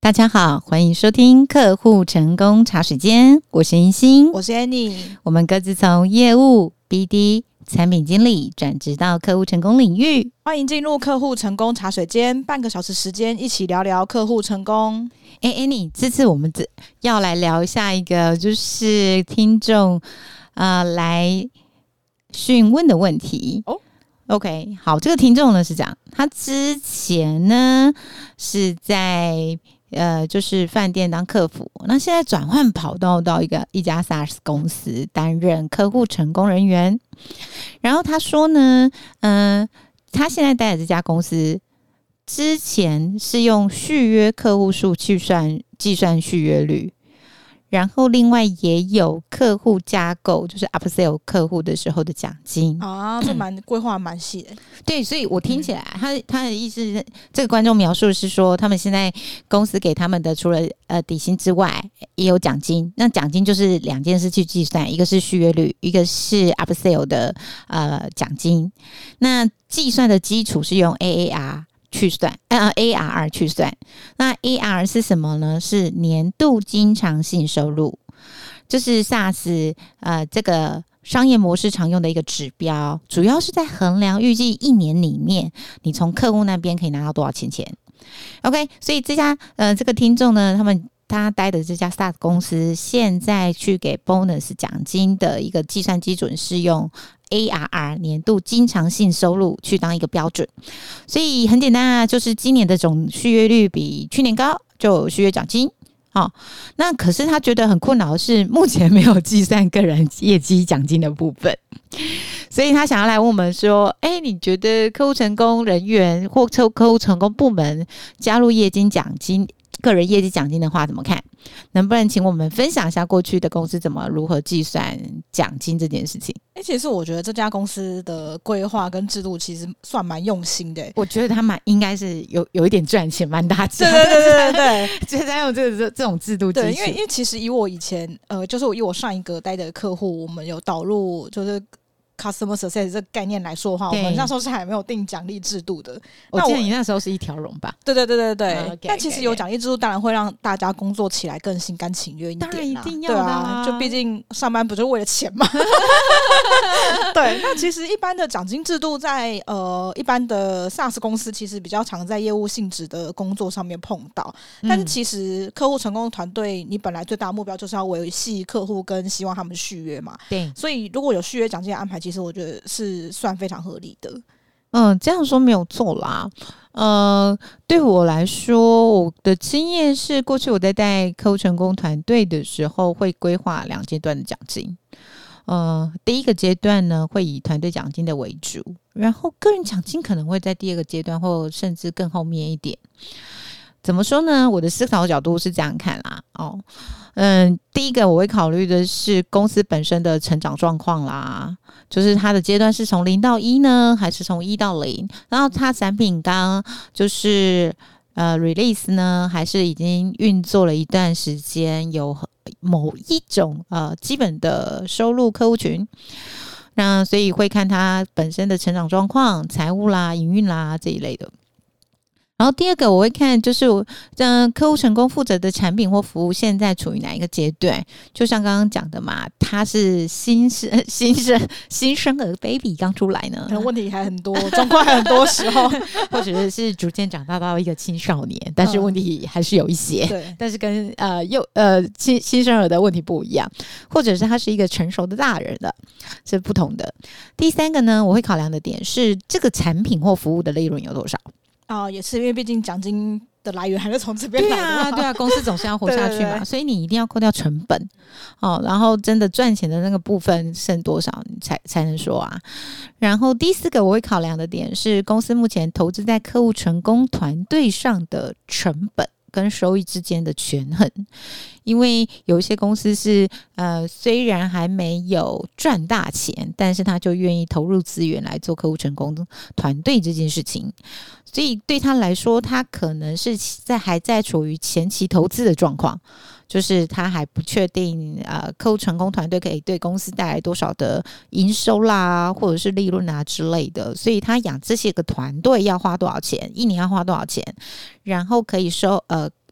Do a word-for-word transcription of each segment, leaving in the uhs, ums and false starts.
大家好，欢迎收听客户成功茶水间，我是银星， 我是 Annie， 我们各自从业务、B D、产品经理转职到客户成功领域。 欢迎进入客户成功茶水间，半个小时时间一起聊聊客户成功。 哎 Annie， 这次我们要来聊一下一个就是听众呃来询问的问题哦。 OK， 好，这个听众呢是这样，他之前呢是在呃，就是饭店当客服，那现在转换跑道到一个一家 SaaS 公司担任客户成功人员。然后他说呢，嗯、呃，他现在待的这家公司之前是用续约客户数去算计算续约率。然后另外也有客户加购，就是 upsell 客户的时候的奖金啊，这蛮规划蛮细的。 对，所以我听起来，嗯、他他的意思是，这个观众描述是说，他们现在公司给他们的除了呃底薪之外，也有奖金。那奖金就是两件事去计算，一个是续约率，一个是 upsell 的呃奖金。那计算的基础是用 A A R。去算，呃 A R R 去算，那 A R R 是什么呢？是年度经常性收入，就是 SaaS 呃这个商业模式常用的一个指标，主要是在衡量预计一年里面你从客户那边可以拿到多少钱钱。OK， 所以这家呃这个听众呢，他们他待的这家 SaaS 公司现在去给 bonus 奖金的一个计算基准是用A R R 年度经常性收入去当一个标准，所以很简单啊，就是今年的总续约率比去年高，就有续约奖金。哦，那可是他觉得很困扰的是，目前没有计算个人业绩奖金的部分，所以他想要来问我们说：，哎，你觉得客户成功人员或客户成功部门加入业绩奖金？个人业绩奖金的话怎么看？能不能请我们分享一下过去的公司怎么如何计算奖金这件事情？ 欸、其实我觉得这家公司的规划跟制度其实算蛮用心的、欸。 我觉得他蛮应该是有有一点赚钱，蛮大家。 对对对对对， 就在用这个这这种制度基础。 对，因为因为其实以我以前呃，就是我以我上一个待的客户，我们有导入就是。Customer Success 这个概念来说的话，我们那时候是还没有定奖励制度的。 我记得你那时候是一条龙吧？ 对对对对对。 Uh, okay, 但其实有奖励制度，当然会让大家工作起来更心甘情愿一点啦。 当然一定要的、 啊，对啊，就毕竟上班不就是为了钱嘛。对，那其实一般的奖金制度在呃一般的 SaaS 公司，其实比较常在业务性质的工作上面碰到。但是其实客户成功的团队，你本来最大的目标就是要维系客户跟希望他们续约嘛。 对， 所以如果有续约奖金的安排，其实我觉得是算非常合理的。 嗯，这样说没有错啦。呃，对我来说，我的经验是，过去我在带客户成功团队的时候，会规划两阶段的奖金。呃，第一个阶段呢，会以团队奖金的为主，然后个人奖金可能会在第二个阶段，或甚至更后面一点。怎么说呢？我的思考角度是这样看啦。哦，嗯，第一个我会考虑的是公司本身的成长状况啦，就是它的阶段是从零到一呢，还是从一到零？然后它产品刚就是呃 release 呢，还是已经运作了一段时间，有某一种呃基本的收入客户群。那所以会看它本身的成长状况、财务啦、营运啦这一类的。然后第二个我会看就是呃客户成功负责的产品或服务现在处于哪一个阶段，就像刚刚讲的嘛，他是新生新生新生儿 baby 刚出来呢， 可能问题还很多，状况还很多时候， 或者是逐渐长大到一个青少年，但是问题还是有一些， 嗯、对， 但是跟呃幼呃新新生儿的问题不一样，或者是他是一个成熟的大人的，是不同的。第三个呢，我会考量的点是这个产品或服务的利润有多少。 啊、呃，也是因为毕竟奖金的来源还是从这边来的。 对啊，对啊，公司总是要活下去嘛， 对对对， 所以你一定要扣掉成本哦，然后真的赚钱的那个部分剩多少，你才才能说啊。然后第四个我会考量的点是公司目前投资在客户成功团队上的成本跟收益之间的权衡，因为有一些公司是呃虽然还没有赚大钱，但是他就愿意投入资源来做客户成功团队这件事情，所以对他来说，他可能是在还在处于前期投资的状况，就是他还不确定呃客户成功团队可以对公司带来多少的营收啦，或者是利润啊之类的，所以他养这些个团队要花多少钱，一年要花多少钱，然后可以收呃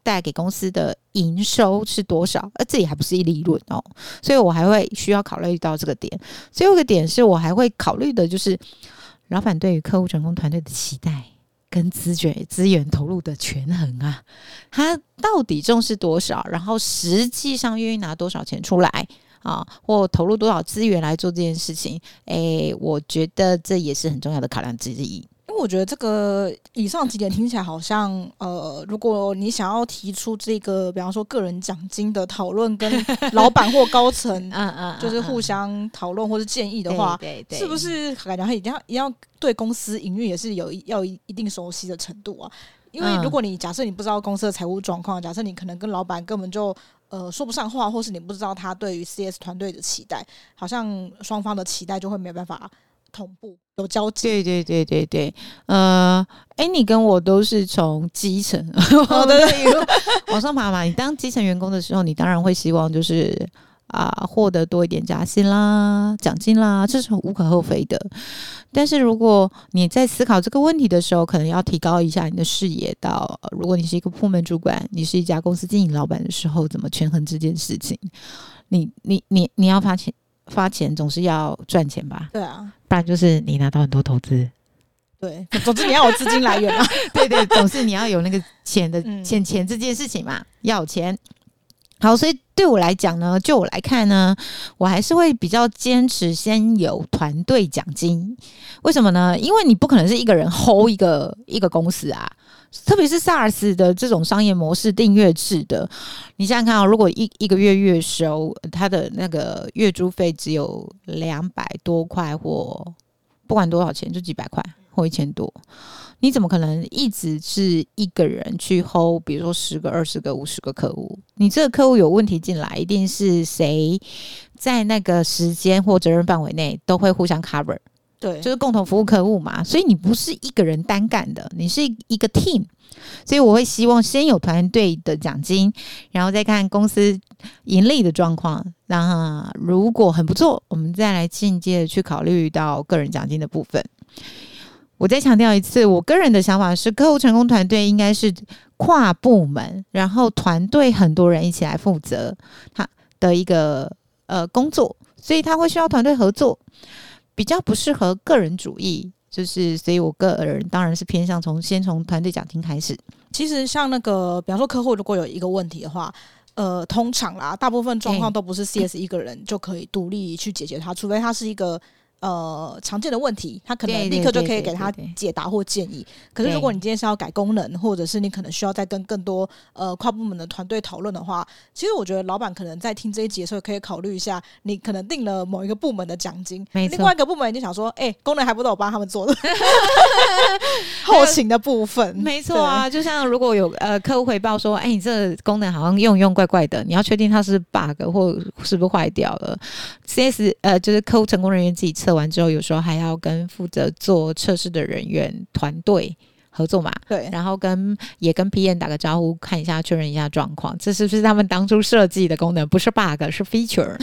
带给公司的营收是多少，而这也还不是一利润哦，所以我还会需要考虑到这个点。最后一个点是我还会考虑的就是老板对于客户成功团队的期待跟资源资源投入的权衡啊，他到底重视多少，然后实际上愿意拿多少钱出来啊，或投入多少资源来做这件事情，诶，我觉得这也是很重要的考量之一。 因为我觉得这个以上几点听起来好像，呃，如果你想要提出这个，比方说个人奖金的讨论，跟老板或高层，嗯嗯，就是互相讨论或是建议的话，对对对，是不是感觉他一定要一定要对公司营运也是有要一定熟悉的程度啊？因为如果你假设你不知道公司的财务状况，假设你可能跟老板根本就呃说不上话，或是你不知道他对于 C S 团队的期待，好像双方的期待就会没办法同步有交集。对对对对对，呃，哎，你跟我都是从基层哦对对往上爬嘛。你当基层员工的时候，你当然会希望就是啊获得多一点加薪啦、奖金啦，这是无可厚非的。但是如果你在思考这个问题的时候，可能要提高一下你的视野到，呃、如果你是一个部门主管，你是一家公司经营老板的时候，怎么权衡这件事情？你你你你要发钱。发钱总是要赚钱吧？ 对啊， 不然就是你拿到很多投资。 对，总之你要有资金来源啊。 对对，总是你要有那个钱的钱钱这件事情嘛，要有钱。好，所以对我来讲呢，就我来看呢，我还是会比较坚持先有团队奖金。为什么呢？因为你不可能是一个人 hold 一个一个公司啊。特别是 SaaS 的这种商业模式订阅制的，你想想看哦，如果一一个月月收，它的那个月租费只有两百多块，或不管多少钱，就几百块或一千多，你怎么可能一直是一个人去 hold， 比如说十个、二十个、五十个客户？你这个客户有问题进来，一定是谁在那个时间或责任范围内都会互相 cover。对，就是共同服务客户嘛，所以你不是一个人单干的，你是一个 team， 所以我会希望先有团队的奖金，然后再看公司盈利的状况，然后如果很不错，我们再来进阶的去考虑到个人奖金的部分。我再强调一次，我个人的想法是，客户成功团队应该是跨部门，然后团队很多人一起来负责他的一个呃工作，所以他会需要团队合作。比较不适合个人主义，就是所以我个人当然是偏向从先从团队奖金开始。 其实像那个，比方说客户如果有一个问题的话，呃，通常啦，大部分状况都不是 C S 一个人就可以独立去解决它，除非它是一个呃常见的问题，他可能立刻就可以给他解答或建议。可是如果你今天是要改功能，或者是你可能需要再跟更多呃跨部门的团队讨论的话，其实我觉得老板可能在听这一集的时候可以考虑一下，你可能定了某一个部门的奖金，另外一个部门就想说，哎、欸，功能还不都我帮他们做的后勤的部分。 没错啊，就像如果有呃客户回报说，哎、欸，你这个功能好像用用怪怪的，你要确定它是 bug 或是不是坏掉了。C S 呃就是客户成功人员自己测完之后，有时候还要跟负责做测试的人员团队合作嘛，对，然后跟也跟 P M 打个招呼，看一下确认一下状况，这是不是他们当初设计的功能，不是 bug 是 feature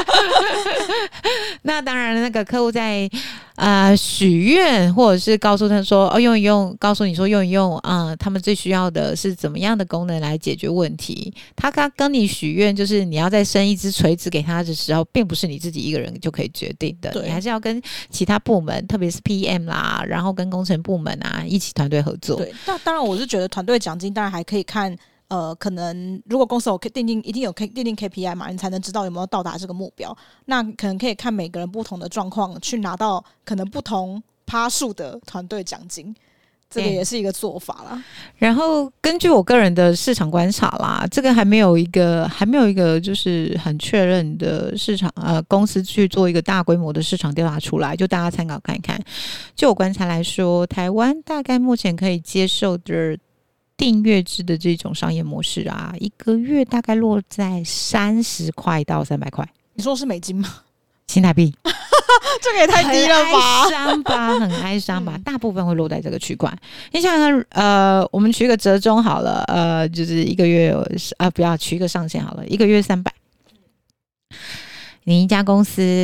那当然那个客户在呃许愿，或者是告诉他说哦用一用，告诉你说用一用啊、呃，他们最需要的是怎么样的功能来解决问题。他刚跟你许愿，就是你要再生一只锤子给他的时候，并不是你自己一个人就可以决定的，你还是要跟其他部门，特别是 P M 啦，然后跟工程部门啊一起团队合作。 对，那当然我是觉得团队奖金当然还可以看呃，可能如果公司有定定一定有定定 K P I 嘛，你才能知道有没有到达这个目标。那可能可以看每个人不同的状况，去拿到可能不同趴数的团队奖金，这个也是一个做法啦。 然后根据我个人的市场观察啦，这个还没有一个还没有一个就是很确认的市场呃公司去做一个大规模的市场调查出来，就大家参考看一看。就我观察来说，台湾大概目前可以接受的订阅制的这种商业模式啊，一个月大概落在三十块到三百块。 你说是美金吗？ 新台币。 这个也太低了吧， 很哀伤吧，很哀伤吧、嗯、大部分会落在这个区块。你想想看，呃，我们取一个折中好了，呃，就是一个月啊、呃，不要取一个上限好了，一个月三百。你一家公司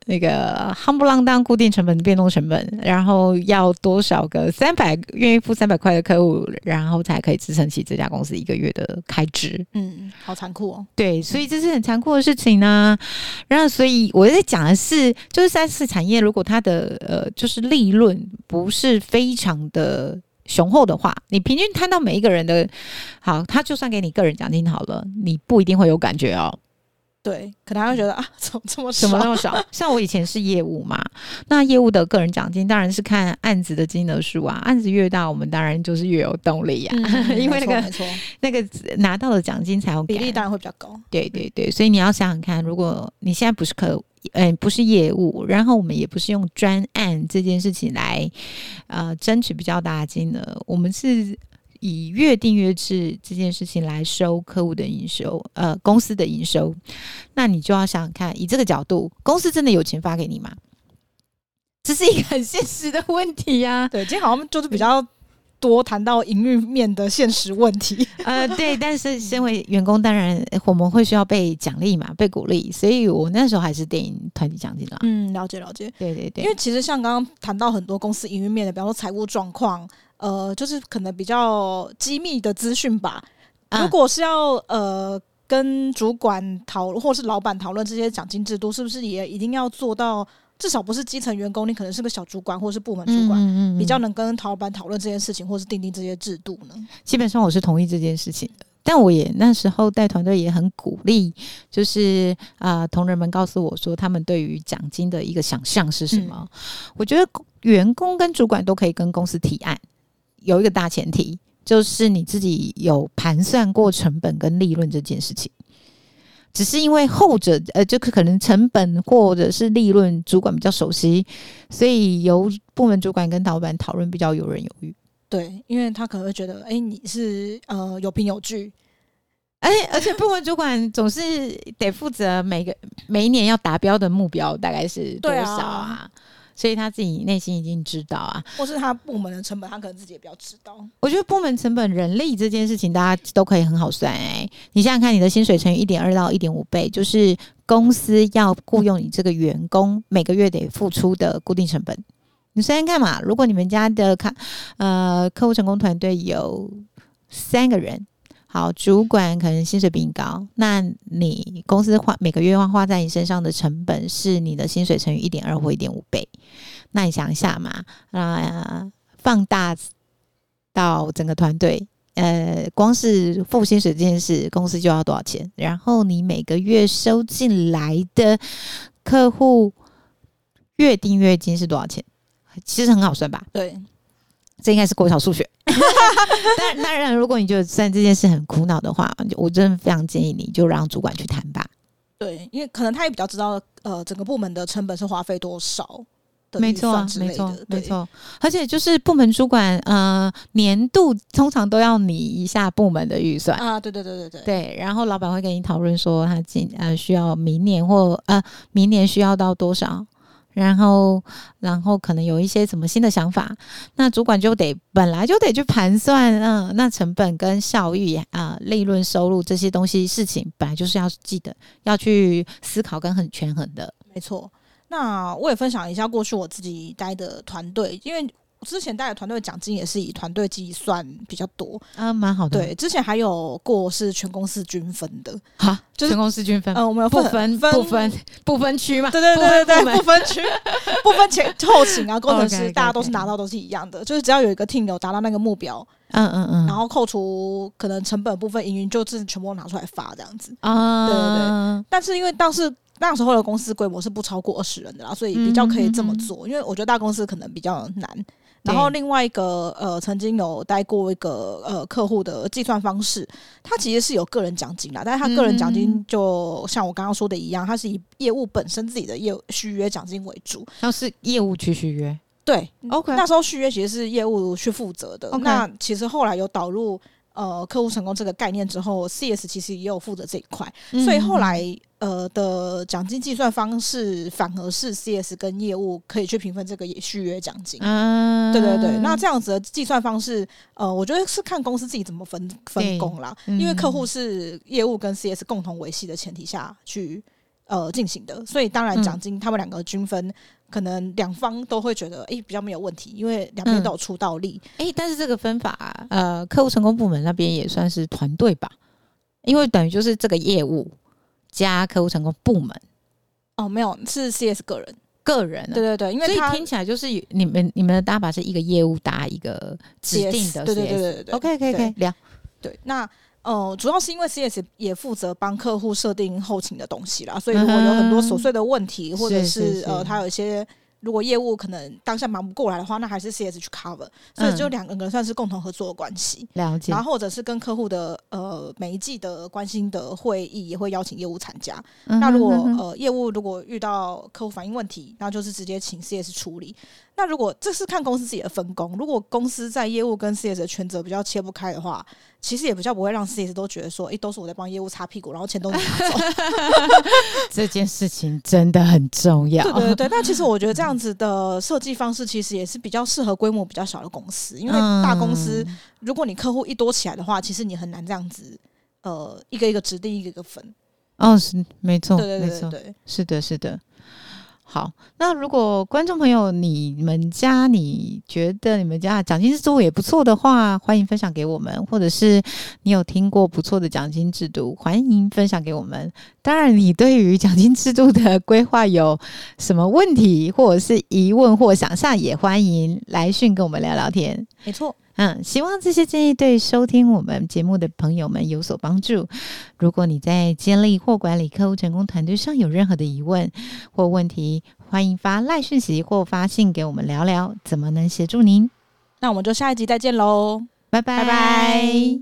那个夯不啷当固定成本、变动成本，然后要多少个三百愿意付三百块的客户，然后才可以支撑起这家公司一个月的开支。 嗯，好残酷哦。 对，所以这是很残酷的事情呢、啊。然后，所以我在讲的是，就是三次产业如果它的呃就是利润不是非常的雄厚的话，你平均摊到每一个人的，好，他就算给你个人奖金好了，你不一定会有感觉哦。 对，可能还会觉得啊，怎么这么少？ 怎么那么少？像我以前是业务嘛，那业务的个人奖金当然是看案子的金额数啊，案子越大，我们当然就是越有动力呀、啊嗯，因为那个那个拿到的奖金才有比例当然会比较高。 对对对，所以你要想想看，如果你现在不是客，嗯、呃，不是业务，然后我们也不是用专案这件事情来呃争取比较大的金额，我们是以月订阅制这件事情来收客户的营收，呃，公司的营收，那你就要想想看，以这个角度，公司真的有钱发给你吗？这是一个很现实的问题呀、啊。 对，今天好像就是比较多谈到营运面的现实问题。 呃，对，但是身为员工，当然我们会需要被奖励嘛，被鼓励，所以我那时候还是领团体奖金啦。 嗯，了解了解。 对对对， 因为其实像刚刚谈到很多公司营运面的，比方说财务状况。呃，就是可能比较机密的资讯吧。啊、如果是要呃跟主管讨论，或是老板讨论这些奖金制度，是不是也一定要做到？至少不是基层员工，你可能是个小主管或是部门主管，嗯嗯嗯比较能跟老板讨论这件事情，或是订定这些制度呢？ 基本上我是同意这件事情的。但我也那时候带团队也很鼓励，就是啊、呃，同仁们告诉我说，他们对于奖金的一个想象是什么？嗯、我觉得员工跟主管都可以跟公司提案。有一个大前提，就是你自己有盘算过成本跟利润这件事情。只是因为后者，呃，就可能成本或者是利润，主管比较熟悉，所以由部门主管跟老板讨论比较游刃有余。 对，因为他可能会觉得，哎、欸，你是呃有凭有据， 而且而且部门主管总是得负责每个每一年要达标的目标大概是多少啊？所以他自己内心已经知道啊， 或是他部门的成本，他可能自己也比较知道。 我觉得部门成本、人力这件事情，大家都可以很好算哎、欸。你想想看，你的薪水乘以一点二到一点五倍，就是公司要雇佣你这个员工每个月得付出的固定成本。你算算看嘛，如果你们家的客呃客户成功团队有三个人。好，主管可能薪水比你高，那你公司花每个月花在你身上的成本是你的薪水乘以一点二或一点五倍。那你想一下嘛，呃，放大到整个团队，呃，光是付薪水这件事，公司就要多少钱？然后你每个月收进来的客户月订阅金是多少钱？其实很好算吧？ 对。 这应该是国小数学，当然，当然，如果你觉得算这件事很苦恼的话，我真的非常建议你就让主管去谈吧。 对，因为可能他也比较知道，呃，整个部门的成本是花费多少的没错，没错，没错。而且就是部门主管，呃，年度通常都要拟一下部门的预算啊，对对对对对。 对，然后老板会跟你讨论说，他今呃需要明年或呃明年需要到多少。然后，然后可能有一些什么新的想法，那主管就得本来就得去盘算，嗯、呃，那成本跟效益啊、呃、利润、收入这些东西事情，本来就是要记得要去思考跟很权衡的。 没错。那我也分享一下过去我自己待的团队，因为之前带的团队奖金也是以团队计算比较多啊，蛮好的。 对，之前还有过是全公司均分的， 哈，就是全公司均分。 呃，我们有不分不分不分区嘛？ 对对对对对，不分区，不分前后勤啊，工程师大家都是拿到都是一样的，就是只要有一个 team 有达到那个目标， 嗯嗯嗯， 然后扣除可能成本部分，营运就是全部拿出来发这样子啊。对对对，但是因为当时。那时候的公司规模是不超过二十人的啦，所以比较可以这么做。嗯、因为我觉得大公司可能比较难。然后另外一个呃，曾经有待过一个呃客户的计算方式，它其实是有个人奖金啦，但是他个人奖金就像我刚刚说的一样，它是以业务本身自己的业务续约奖金为主， 然后是业务去续约。 对 ，OK， 那时候续约其实是业务去负责的。 Okay. 那其实后来有导入。呃，客户成功这个概念之后 ，C S 其实也有负责这一块、嗯，所以后来呃的奖金计算方式反而是 C S 跟业务可以去平分这个续约奖金。嗯，对对对，那这样子的计算方式，呃，我觉得是看公司自己怎么分分工啦，因为客户是业务跟 C S 共同维系的前提下去呃进行的，所以当然奖金他们两个均分。嗯可能两方都会觉得哎、欸、比较没有问题，因为两边都有出到力。 哎、嗯欸，但是这个分法，呃，客户成功部门那边也算是团队吧，因为等于就是这个业务加客户成功部门。 哦，没有，是 C S 个人， 个人、啊。 对对对，因为所以听起来就是你们你们的打法是一个业务搭一个指定的 C S， 对对对对对 ，OK， 可以可以聊。 对，那。呃，主要是因为 C S 也负责帮客户设定后勤的东西啦，所以如果有很多琐碎的问题，嗯、或者是, 是, 是呃，他有一些如果业务可能当下忙不过来的话，那还是 C S 去 cover， 所以就两个人算是共同合作的关系。 了解。 然后或者是跟客户的呃每一季的关心的会议也会邀请业务参加。嗯、那如果呃业务如果遇到客户反映问题，那就是直接请 C S 处理。那如果这是看公司自己的分工，如果公司在业务跟 C S 的权责比较切不开的话，其实也比较不会让 C S 都觉得说，哎、欸，都是我在帮业务擦屁股，然后钱都拿走。 这件事情真的很重要。 对对对，但其实我觉得这样子的设计方式，其实也是比较适合规模比较小的公司，因为大公司，嗯、如果你客户一多起来的话，其实你很难这样子，呃，一个一个指定，一个一个分。 哦，是没错， 对对对对对， 是的，是的。好，那如果观众朋友你们家你觉得你们家的奖金制度也不错的话，欢迎分享给我们，或者是你有听过不错的奖金制度，欢迎分享给我们。当然你对于奖金制度的规划有什么问题或者是疑问或想象，也欢迎来讯跟我们聊聊天。 没错。 嗯，希望这些建议对收听我们节目的朋友们有所帮助。如果你在建立或管理客户成功团队上有任何的疑问或问题，欢迎发赖讯息或发信给我们聊聊，怎么能协助您。 那我们就下一集再见咯， 拜拜拜拜。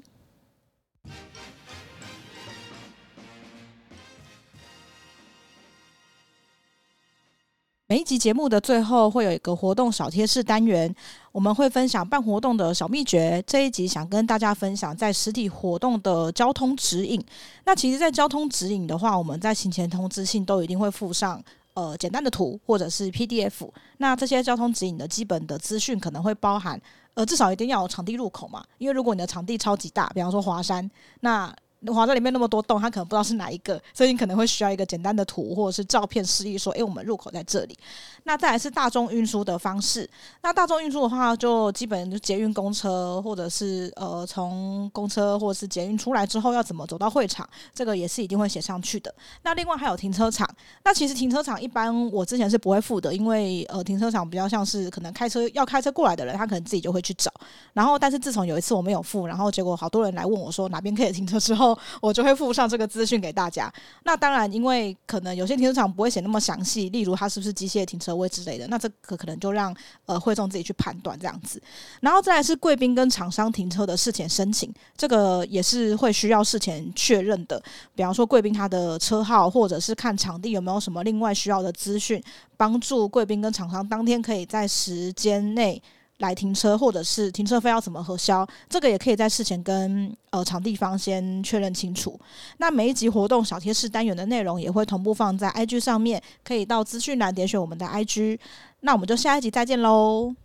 每一集节目的最后会有一个活动小贴士单元，我们会分享办活动的小秘诀。这一集想跟大家分享在实体活动的交通指引。那其实在交通指引的话，我们在行前通知信都一定会附上呃简单的图或者是 P D F。那这些交通指引的基本的资讯可能会包含呃至少一定要有场地入口嘛，因为如果你的场地超级大，比方说华山，那华山里面那么多洞，他可能不知道是哪一个，所以你可能会需要一个简单的图或者是照片示意说，哎、欸，我们入口在这里。那再来是大众运输的方式，那大众运输的话，就基本就捷运公车，或者是呃从公车或者是捷运出来之后要怎么走到会场，这个也是一定会写上去的。那另外还有停车场，那其实停车场一般我之前是不会付的，因为呃停车场比较像是可能开车要开车过来的人，他可能自己就会去找。然后但是自从有一次我没有付，然后结果好多人来问我说哪边可以停车之后，我就会附上这个资讯给大家。那当然因为可能有些停车场不会写那么详细，例如它是不是机械停车位之类的，那这个可能就让呃会众自己去判断这样子。然后再来是贵宾跟厂商停车的事前申请，这个也是会需要事前确认的，比方说贵宾他的车号，或者是看场地有没有什么另外需要的资讯，帮助贵宾跟厂商当天可以在时间内来停车，或者是停车费要怎么核销，这个也可以在事前跟呃场地方先确认清楚。那每一集活动小贴士单元的内容也会同步放在 I G 上面，可以到资讯栏点选我们的 I G。那我们就下一集再见喽。